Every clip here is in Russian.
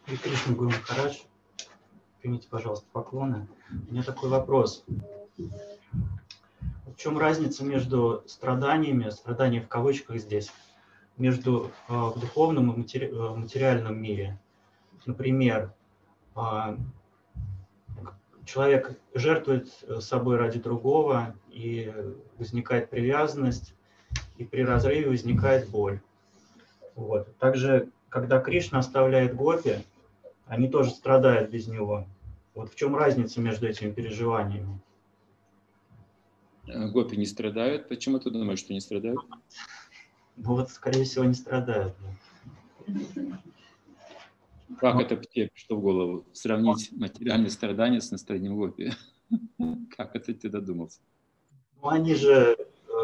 Харе Кришна, Гуру Махарадж, примите, пожалуйста, поклоны. У меня такой вопрос. В чем разница между страданиями, страдания в кавычках здесь, между в духовном и материальном мире? Например, человек жертвует собой ради другого, и возникает привязанность, и при разрыве возникает боль. Вот. Также, когда Кришна оставляет гопи, они тоже страдают без него. Вот в чем разница между этими переживаниями? Гопи не страдают. Почему ты думаешь, что не страдают? Ну вот, скорее всего, не страдают. Как это тебе пришло в голову? Сравнить материальные страдания с настроением гопи? Как это ты додумался? Ну, они же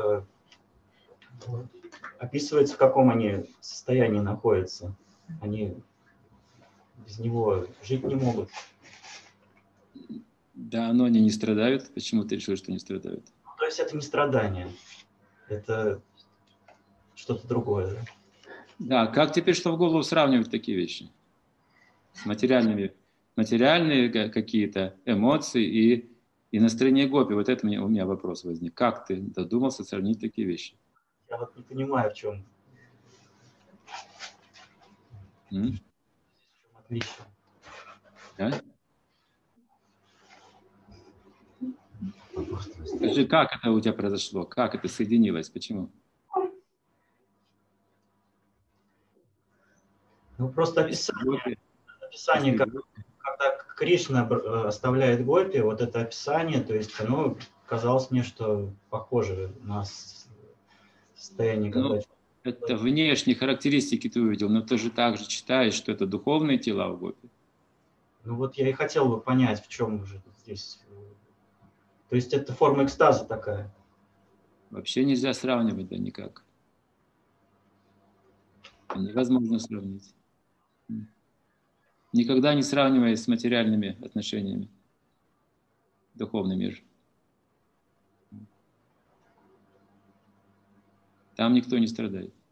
описывается, в каком они состоянии находятся. Они без него жить не могут. Да, но они не страдают. Почему ты решил, что не страдают? То есть это не страдание, это что-то другое. Да, как тебе пришло в голову сравнивать такие вещи? С материальными. Материальные какие-то эмоции и настроение гопи. Вот это у меня вопрос возник. Как ты додумался сравнить такие вещи? Я вот не понимаю, в чем отличие. Да? Скажи, как это у тебя произошло? Как это соединилось? Почему? Ну, просто описание когда Кришна оставляет гопи, вот это описание, то есть оно казалось мне, что похоже на состояние, когда... Это внешние характеристики ты увидел, но ты же также читаешь, что это духовные тела в гопи. Ну вот я и хотел бы понять, в чем же здесь... То есть это форма экстаза такая. Вообще нельзя сравнивать, да никак. Невозможно сравнить. Никогда не сравнивая с материальными отношениями. Духовный мир. Там никто не страдает.